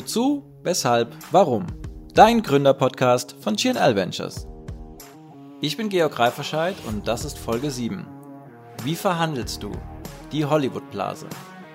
Wozu, weshalb, warum? Dein Gründerpodcast von G&L Ventures. Ich bin Georg Reiferscheid und das ist Folge 7. Wie verhandelst du die Hollywood-Blase?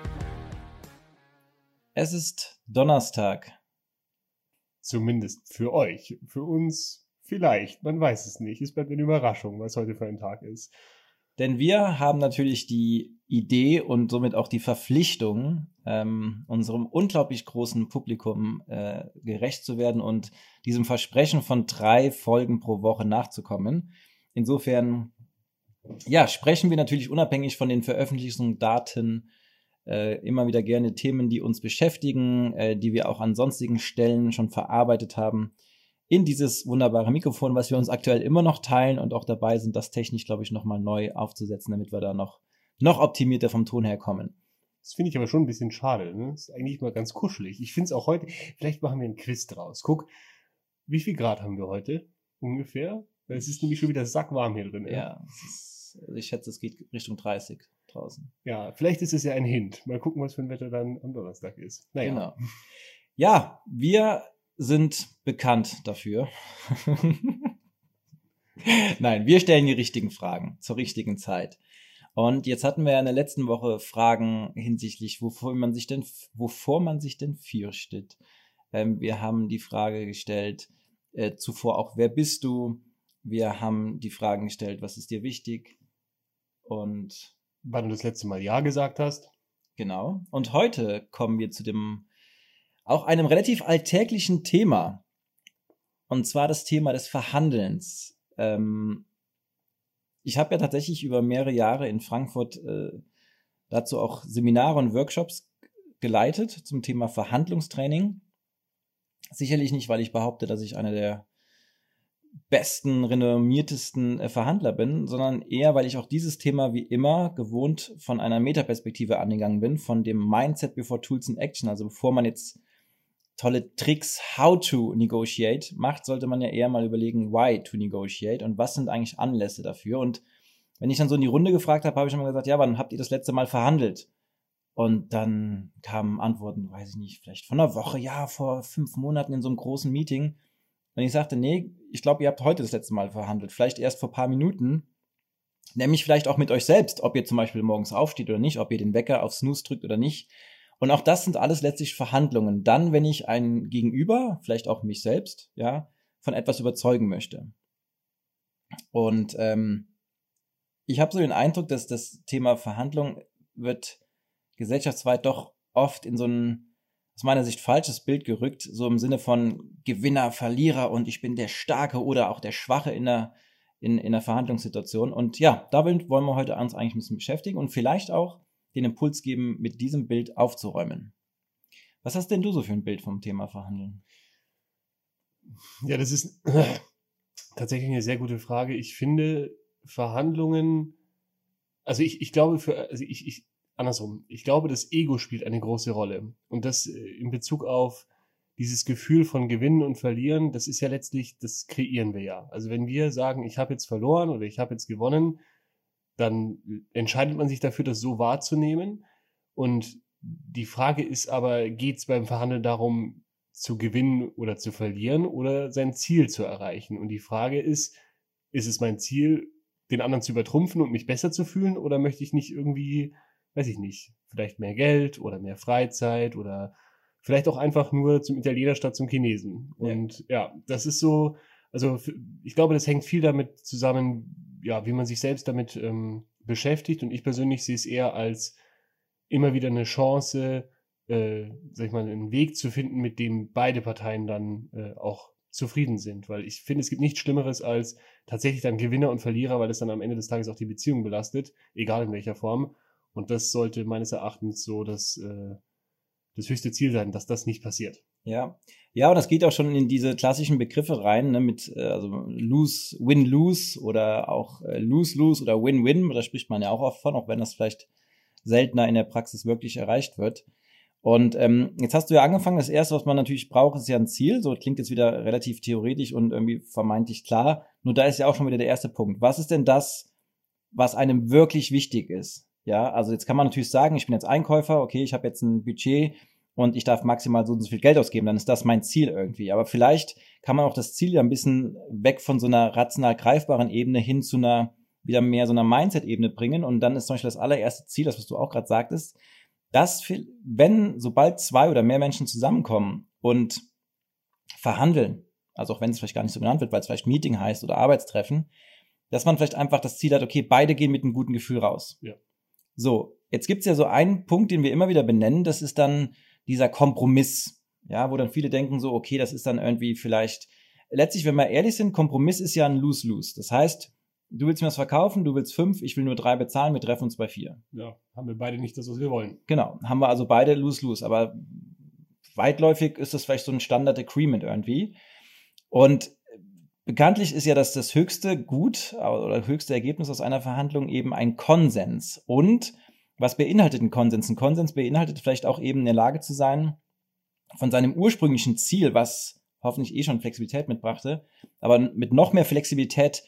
Es ist Donnerstag. Zumindest für euch. Für uns vielleicht. Man weiß es nicht. Es bleibt eine Überraschung, was heute für ein Tag ist. Denn wir haben natürlich die Idee und somit auch die Verpflichtung, unserem unglaublich großen Publikum gerecht zu werden und diesem Versprechen von 3 Folgen pro Woche nachzukommen. Insofern, ja, sprechen wir natürlich unabhängig von den Veröffentlichungsdaten immer wieder gerne Themen, die uns beschäftigen, die wir auch an sonstigen Stellen schon verarbeitet haben, in dieses wunderbare Mikrofon, was wir uns aktuell immer noch teilen und auch dabei sind, das technisch, glaube ich, nochmal neu aufzusetzen, damit wir da noch optimierter vom Ton her kommen. Das finde ich aber schon ein bisschen schade. Ne? Das ist eigentlich mal ganz kuschelig. Ich finde es auch heute, vielleicht machen wir einen Quiz draus. Guck, wie viel Grad haben wir heute ungefähr? Es ist nämlich schon wieder sackwarm hier drin. Ja, ich schätze, es geht Richtung 30 draußen. Ja, vielleicht ist es ja ein Hint. Mal gucken, was für ein Wetter dann am Donnerstag ist. Naja. Genau. Ja, wir sind bekannt dafür. Nein, wir stellen die richtigen Fragen zur richtigen Zeit. Und jetzt hatten wir ja in der letzten Woche Fragen hinsichtlich, wovor man sich denn fürchtet. Wir haben die Frage gestellt, zuvor auch, wer bist du? Wir haben die Fragen gestellt, was ist dir wichtig? Und wann du das letzte Mal Ja gesagt hast. Genau. Und heute kommen wir zu auch einem relativ alltäglichen Thema. Und zwar das Thema des Verhandelns. Ich habe ja tatsächlich über mehrere Jahre in Frankfurt dazu auch Seminare und Workshops geleitet zum Thema Verhandlungstraining. Sicherlich nicht, weil ich behaupte, dass ich einer der besten, renommiertesten Verhandler bin, sondern eher, weil ich auch dieses Thema wie immer gewohnt von einer Metaperspektive angegangen bin, von dem Mindset before Tools in Action. Also bevor man jetzt tolle Tricks, how to negotiate macht, sollte man ja eher mal überlegen, why to negotiate und was sind eigentlich Anlässe dafür. Und wenn ich dann so in die Runde gefragt habe, habe ich immer gesagt, ja, wann habt ihr das letzte Mal verhandelt? Und dann kamen Antworten, weiß ich nicht, vielleicht vor einer Woche, ja, vor 5 Monaten in so einem großen Meeting. Und ich sagte, nee, ich glaube, ihr habt heute das letzte Mal verhandelt, vielleicht erst vor ein paar Minuten, nämlich vielleicht auch mit euch selbst, ob ihr zum Beispiel morgens aufsteht oder nicht, ob ihr den Wecker auf Snooze drückt oder nicht. Und auch das sind alles letztlich Verhandlungen. Dann, wenn ich ein Gegenüber, vielleicht auch mich selbst, ja, von etwas überzeugen möchte. Und ich habe so den Eindruck, dass das Thema Verhandlung wird gesellschaftsweit doch oft in so ein, aus meiner Sicht, falsches Bild gerückt, so im Sinne von Gewinner, Verlierer und ich bin der Starke oder auch der Schwache in einer Verhandlungssituation. Und ja, da wollen wir heute uns eigentlich ein bisschen beschäftigen und vielleicht auch den Impuls geben, mit diesem Bild aufzuräumen. Was hast denn du so für ein Bild vom Thema Verhandeln? Ja, das ist tatsächlich eine sehr gute Frage. Ich finde Verhandlungen, also ich glaube andersrum, ich glaube, das Ego spielt eine große Rolle. Und das in Bezug auf dieses Gefühl von Gewinnen und Verlieren, das ist ja letztlich, das kreieren wir ja. Also wenn wir sagen, ich habe jetzt verloren oder ich habe jetzt gewonnen, dann entscheidet man sich dafür, das so wahrzunehmen. Und die Frage ist aber, geht es beim Verhandeln darum, zu gewinnen oder zu verlieren oder sein Ziel zu erreichen? Und die Frage ist es mein Ziel, den anderen zu übertrumpfen und mich besser zu fühlen? Oder möchte ich nicht irgendwie, weiß ich nicht, vielleicht mehr Geld oder mehr Freizeit oder vielleicht auch einfach nur zum Italiener statt zum Chinesen? Und ja, das ist so, also ich glaube, das hängt viel damit zusammen, ja, wie man sich selbst damit beschäftigt. Und ich persönlich sehe es eher als immer wieder eine Chance, sag ich mal, einen Weg zu finden, mit dem beide Parteien dann auch zufrieden sind. Weil ich finde, es gibt nichts Schlimmeres als tatsächlich dann Gewinner und Verlierer, weil es dann am Ende des Tages auch die Beziehung belastet, egal in welcher Form. Und das sollte meines Erachtens so das höchste Ziel sein, dass das nicht passiert. Ja, und das geht auch schon in diese klassischen Begriffe rein, ne, mit also lose, win-lose oder auch lose-lose oder win-win, da spricht man ja auch oft von, auch wenn das vielleicht seltener in der Praxis wirklich erreicht wird. Und jetzt hast du ja angefangen, das Erste, was man natürlich braucht, ist ja ein Ziel, so klingt jetzt wieder relativ theoretisch und irgendwie vermeintlich klar, nur da ist ja auch schon wieder der erste Punkt. Was ist denn das, was einem wirklich wichtig ist? Ja, also jetzt kann man natürlich sagen, ich bin jetzt Einkäufer, okay, ich habe jetzt ein Budget und ich darf maximal so und so viel Geld ausgeben, dann ist das mein Ziel irgendwie. Aber vielleicht kann man auch das Ziel ja ein bisschen weg von so einer rational greifbaren Ebene hin zu einer wieder mehr so einer Mindset-Ebene bringen. Und dann ist zum Beispiel das allererste Ziel, das was du auch gerade sagtest, dass sobald 2 oder mehr Menschen zusammenkommen und verhandeln, also auch wenn es vielleicht gar nicht so genannt wird, weil es vielleicht Meeting heißt oder Arbeitstreffen, dass man vielleicht einfach das Ziel hat, okay, beide gehen mit einem guten Gefühl raus. Ja. So, jetzt gibt's ja so einen Punkt, den wir immer wieder benennen, das ist dann dieser Kompromiss, ja, wo dann viele denken so, okay, das ist dann irgendwie vielleicht, letztlich, wenn wir ehrlich sind, Kompromiss ist ja ein Lose-Lose. Das heißt, du willst mir das verkaufen, du willst 5, ich will nur 3 bezahlen, wir treffen uns bei 4. Ja, haben wir beide nicht das, was wir wollen. Genau, haben wir also beide Lose-Lose, aber weitläufig ist das vielleicht so ein Standard-Agreement irgendwie. Und bekanntlich ist ja das höchste Gut oder höchste Ergebnis aus einer Verhandlung eben ein Konsens. Und was beinhaltet ein Konsens? Ein Konsens beinhaltet vielleicht auch eben in der Lage zu sein, von seinem ursprünglichen Ziel, was hoffentlich eh schon Flexibilität mitbrachte, aber mit noch mehr Flexibilität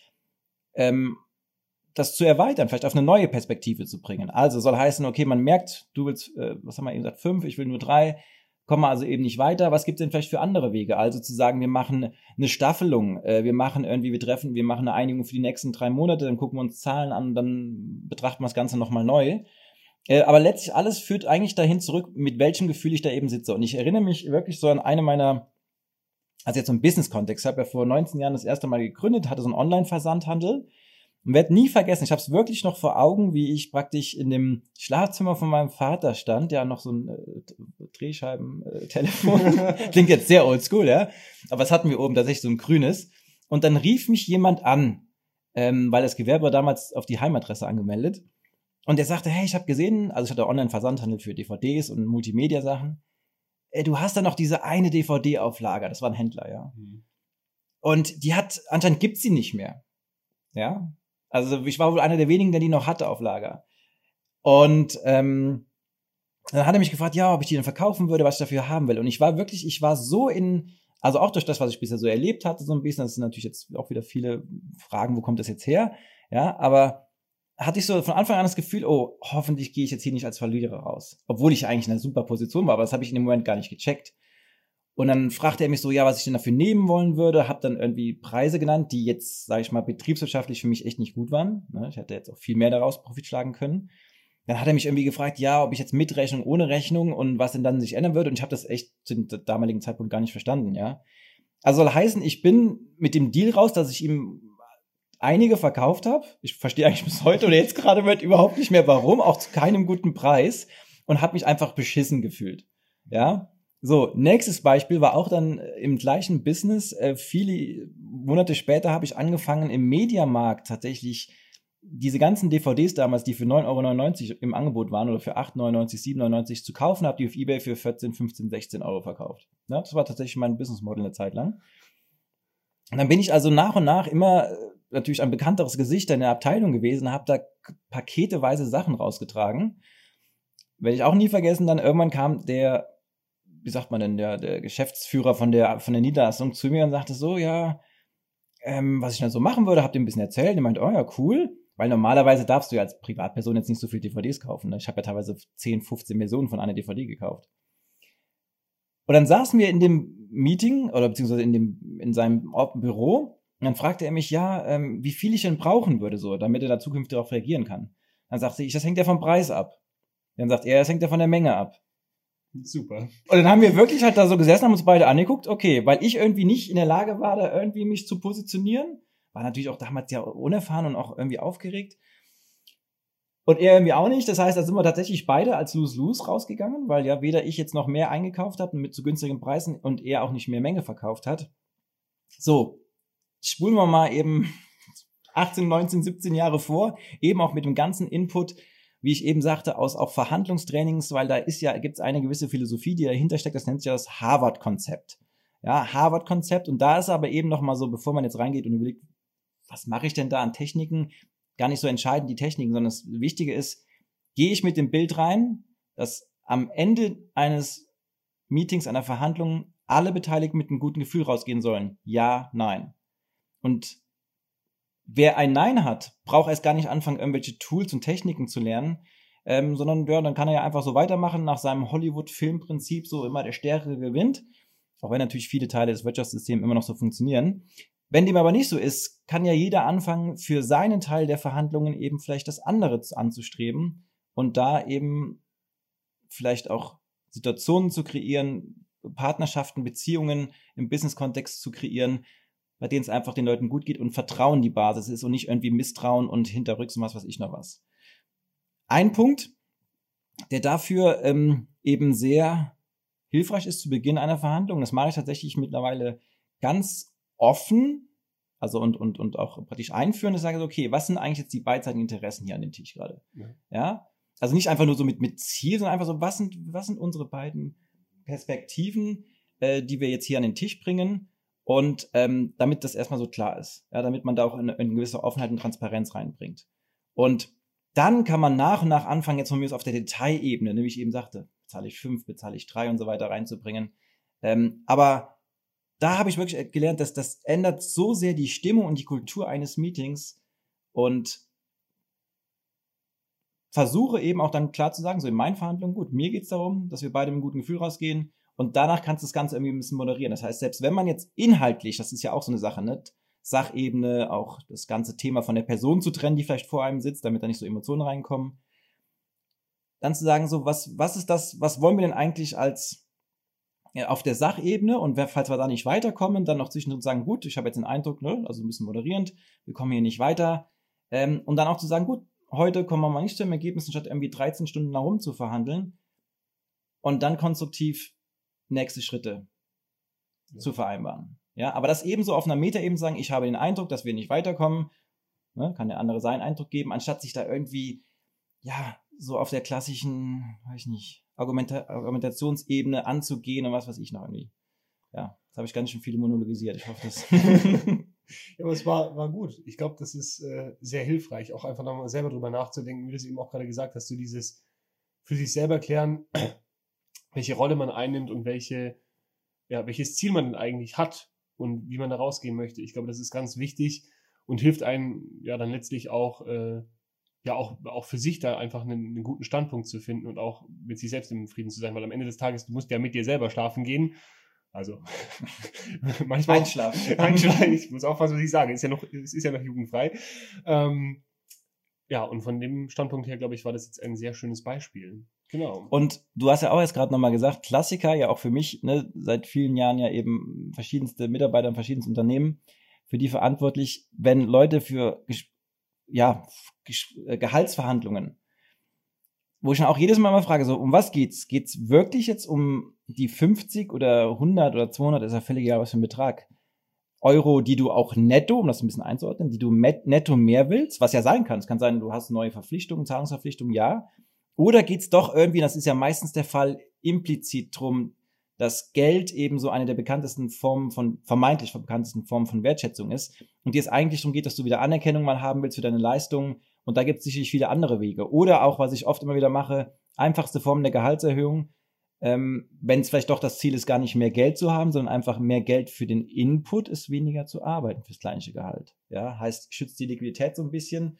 das zu erweitern, vielleicht auf eine neue Perspektive zu bringen. Also soll heißen, okay, man merkt, du willst, was haben wir eben gesagt, 5, ich will nur 3, kommen wir also eben nicht weiter. Was gibt es denn vielleicht für andere Wege? Also zu sagen, wir machen eine Staffelung, wir machen eine Einigung für die nächsten 3 Monate, dann gucken wir uns Zahlen an, dann betrachten wir das Ganze nochmal neu. Aber letztlich alles führt eigentlich dahin zurück, mit welchem Gefühl ich da eben sitze. Und ich erinnere mich wirklich so an eine meiner, also jetzt so im Business-Kontext, ich habe ja vor 19 Jahren das erste Mal gegründet, hatte so einen Online-Versandhandel und werde nie vergessen, ich habe es wirklich noch vor Augen, wie ich praktisch in dem Schlafzimmer von meinem Vater stand, ja, noch so ein Drehscheiben-Telefon, klingt jetzt sehr oldschool, ja, aber das hatten wir oben tatsächlich so ein grünes, und dann rief mich jemand an, weil das Gewerbe war damals auf die Heimadresse angemeldet, und der sagte, hey, ich habe gesehen, also ich hatte Online-Versandhandel für DVDs und Multimedia-Sachen, du hast da noch diese eine DVD auf Lager, das war ein Händler, ja, und anscheinend gibt's sie nicht mehr, ja. Also ich war wohl einer der wenigen, der die noch hatte auf Lager. Und dann hat er mich gefragt, ja, ob ich die dann verkaufen würde, was ich dafür haben will. Und ich war so also auch durch das, was ich bisher so erlebt hatte, so ein bisschen, das sind natürlich jetzt auch wieder viele Fragen, wo kommt das jetzt her? Ja, aber hatte ich so von Anfang an das Gefühl, oh, hoffentlich gehe ich jetzt hier nicht als Verlierer raus. Obwohl ich eigentlich in einer super Position war, aber das habe ich in dem Moment gar nicht gecheckt. Und dann fragte er mich so, ja, was ich denn dafür nehmen wollen würde, habe dann irgendwie Preise genannt, die jetzt, sage ich mal, betriebswirtschaftlich für mich echt nicht gut waren. Ich hätte jetzt auch viel mehr daraus Profit schlagen können. Dann hat er mich irgendwie gefragt, ja, ob ich jetzt mit Rechnung, ohne Rechnung und was denn dann sich ändern würde. Und ich habe das echt zu dem damaligen Zeitpunkt gar nicht verstanden, ja. Also soll heißen, ich bin mit dem Deal raus, dass ich ihm einige verkauft habe. Ich verstehe eigentlich bis heute oder jetzt gerade überhaupt nicht mehr warum, auch zu keinem guten Preis, und habe mich einfach beschissen gefühlt, ja. So, nächstes Beispiel war auch dann im gleichen Business. Viele Monate später habe ich angefangen, im Mediamarkt tatsächlich diese ganzen DVDs damals, die für 9,99 € im Angebot waren oder für 8,99 €, 7,99 € zu kaufen, habe die auf eBay für 14, 15, 16 € verkauft. Ja, das war tatsächlich mein Businessmodell eine Zeit lang. Und dann bin ich also nach und nach immer natürlich ein bekannteres Gesicht in der Abteilung gewesen, habe da paketeweise Sachen rausgetragen. Werde ich auch nie vergessen, dann irgendwann kam der Geschäftsführer von der Niederlassung zu mir und sagte so, ja, was ich dann so machen würde, habt ihr ein bisschen erzählt. Er meint, oh ja, cool, weil normalerweise darfst du ja als Privatperson jetzt nicht so viel DVDs kaufen. Ne? Ich habe ja teilweise 10, 15 Versionen von einer DVD gekauft. Und dann saßen wir in dem Meeting oder beziehungsweise in seinem Büro, und dann fragte er mich, ja, wie viel ich denn brauchen würde, so, damit er da zukünftig darauf reagieren kann. Dann sagte ich, das hängt ja vom Preis ab. Dann sagt er, das hängt ja von der Menge ab. Super. Und dann haben wir wirklich halt da so gesessen, haben uns beide angeguckt, okay, weil ich irgendwie nicht in der Lage war, da irgendwie mich zu positionieren, war natürlich auch damals ja unerfahren und auch irgendwie aufgeregt. Und er irgendwie auch nicht, das heißt, da sind wir tatsächlich beide als Lose-Lose rausgegangen, weil ja weder ich jetzt noch mehr eingekauft habe mit zu günstigen Preisen und er auch nicht mehr Menge verkauft hat. So, spulen wir mal eben 18, 19, 17 Jahre vor, eben auch mit dem ganzen Input, wie ich eben sagte, aus auch Verhandlungstrainings, weil da gibt's eine gewisse Philosophie, die dahinter steckt, das nennt sich das Harvard-Konzept. Ja, Harvard-Konzept, und da ist aber eben nochmal so, bevor man jetzt reingeht und überlegt, was mache ich denn da an Techniken, gar nicht so entscheidend die Techniken, sondern das Wichtige ist, gehe ich mit dem Bild rein, dass am Ende eines Meetings, einer Verhandlung, alle Beteiligten mit einem guten Gefühl rausgehen sollen. Ja, nein. Und wer ein Nein hat, braucht erst gar nicht anfangen, irgendwelche Tools und Techniken zu lernen. sondern ja, dann kann er ja einfach so weitermachen nach seinem Hollywood-Filmprinzip, so immer der Stärkere gewinnt, auch wenn natürlich viele Teile des Wirtschaftssystems immer noch so funktionieren. Wenn dem aber nicht so ist, kann ja jeder anfangen, für seinen Teil der Verhandlungen eben vielleicht das andere anzustreben und da eben vielleicht auch Situationen zu kreieren, Partnerschaften, Beziehungen im Business-Kontext zu kreieren, bei denen es einfach den Leuten gut geht und Vertrauen die Basis ist und nicht irgendwie Misstrauen und hinterrücks und was weiß ich noch was. Ein Punkt, der dafür eben sehr hilfreich ist zu Beginn einer Verhandlung, das mache ich tatsächlich mittlerweile ganz offen, also und auch praktisch einführen, dass ich sage, okay, was sind eigentlich jetzt die beidseitigen Interessen hier an dem Tisch gerade? Ja? Also nicht einfach nur so mit Ziel, sondern einfach so, was sind unsere beiden Perspektiven, die wir jetzt hier an den Tisch bringen und damit das erstmal so klar ist, ja, damit man da auch eine gewisse Offenheit und Transparenz reinbringt. Und dann kann man nach und nach anfangen, jetzt von mir aus auf der Detailebene, wie ich eben sagte, bezahle ich 5, bezahle ich 3 und so weiter reinzubringen. Aber da habe ich wirklich gelernt, dass das ändert so sehr die Stimmung und die Kultur eines Meetings und versuche eben auch dann klar zu sagen, so in meinen Verhandlungen, gut, mir geht's darum, dass wir beide mit einem guten Gefühl rausgehen und danach kannst du das Ganze irgendwie ein bisschen moderieren. Das heißt, selbst wenn man jetzt inhaltlich, das ist ja auch so eine Sache, ne, Sachebene, auch das ganze Thema von der Person zu trennen, die vielleicht vor einem sitzt, damit da nicht so Emotionen reinkommen, dann zu sagen, so, was ist das, was wollen wir denn eigentlich als auf der Sachebene und falls wir da nicht weiterkommen, dann noch zwischendurch sagen, gut, ich habe jetzt den Eindruck, ne, also ein bisschen moderierend, wir kommen hier nicht weiter und dann auch zu sagen, gut, heute kommen wir mal nicht zu dem Ergebnis, statt irgendwie 13 Stunden herum zu verhandeln und dann konstruktiv nächste Schritte zu vereinbaren. Ja, aber das ebenso auf einer Metaebene sagen, ich habe den Eindruck, dass wir nicht weiterkommen, ne, kann der andere seinen Eindruck geben, anstatt sich da irgendwie, ja, so auf der klassischen, weiß ich nicht, Argumentationsebene anzugehen und was weiß ich noch irgendwie. Ja, das habe ich ganz schön viele monologisiert. Ich hoffe, das... Ja, aber es war gut. Ich glaube, das ist sehr hilfreich, auch einfach nochmal selber drüber nachzudenken, wie du es eben auch gerade gesagt hast, so dieses für sich selber klären, welche Rolle man einnimmt und welches Ziel man denn eigentlich hat und wie man da rausgehen möchte. Ich glaube, das ist ganz wichtig und hilft einem ja dann letztlich auch auch für sich da einfach einen guten Standpunkt zu finden und auch mit sich selbst im Frieden zu sein, weil am Ende des Tages, du musst ja mit dir selber schlafen gehen. Also manchmal Einschlafen. Ich muss aufpassen, was ich sage. Es ist ja noch jugendfrei. Und von dem Standpunkt her, glaube ich, war das jetzt ein sehr schönes Beispiel. Genau. Und du hast ja auch jetzt gerade nochmal gesagt, Klassiker, ja auch für mich, ne, seit vielen Jahren ja eben verschiedenste Mitarbeiter in verschiedensten Unternehmen, für die verantwortlich, wenn Leute für Gehaltsverhandlungen, wo ich dann auch jedes Mal frage, so, um was geht's? Geht's wirklich jetzt um die 50 oder 100 oder 200, ist ja völlig egal, was für ein Betrag, Euro, die du auch netto, um das ein bisschen einzuordnen, die du netto mehr willst, was ja sein kann. Es kann sein, du hast neue Verpflichtungen, Zahlungsverpflichtungen, ja. Oder geht's doch irgendwie, das ist ja meistens der Fall, implizit drum, dass Geld eben so eine der vermeintlich bekanntesten Formen von Wertschätzung ist und dir es eigentlich darum geht, dass du wieder Anerkennung mal haben willst für deine Leistungen und da gibt es sicherlich viele andere Wege. Oder auch, was ich oft immer wieder mache, einfachste Form der Gehaltserhöhung, wenn es vielleicht doch das Ziel ist, gar nicht mehr Geld zu haben, sondern einfach mehr Geld für den Input, ist weniger zu arbeiten fürs kleinste Gehalt. Ja, heißt, schützt die Liquidität so ein bisschen.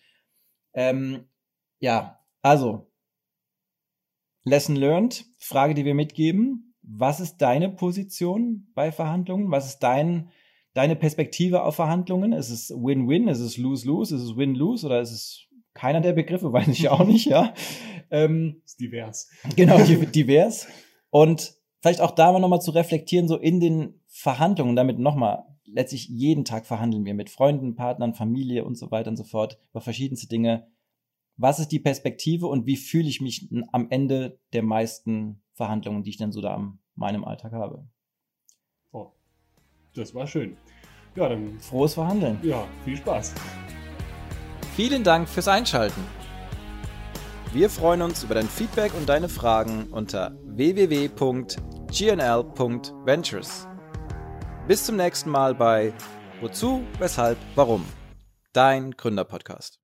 Also, Lesson learned, Frage, die wir mitgeben. Was ist deine Position bei Verhandlungen? Was ist deine Perspektive auf Verhandlungen? Ist es Win-Win? Ist es Lose-Lose? Ist es Win-Lose? Oder ist es keiner der Begriffe? Weiß ich auch nicht, ja. Ist divers. Genau, divers. Und vielleicht auch da mal nochmal zu reflektieren, so in den Verhandlungen, damit nochmal, letztlich jeden Tag verhandeln wir mit Freunden, Partnern, Familie und so weiter und so fort über verschiedenste Dinge. Was ist die Perspektive und wie fühle ich mich am Ende der meisten Verhandlungen, die ich dann so da in meinem Alltag habe? Oh, das war schön. Ja, dann frohes Verhandeln. Ja, viel Spaß. Vielen Dank fürs Einschalten. Wir freuen uns über dein Feedback und deine Fragen unter www.gnl.ventures. Bis zum nächsten Mal bei Wozu, Weshalb, Warum? Dein Gründerpodcast.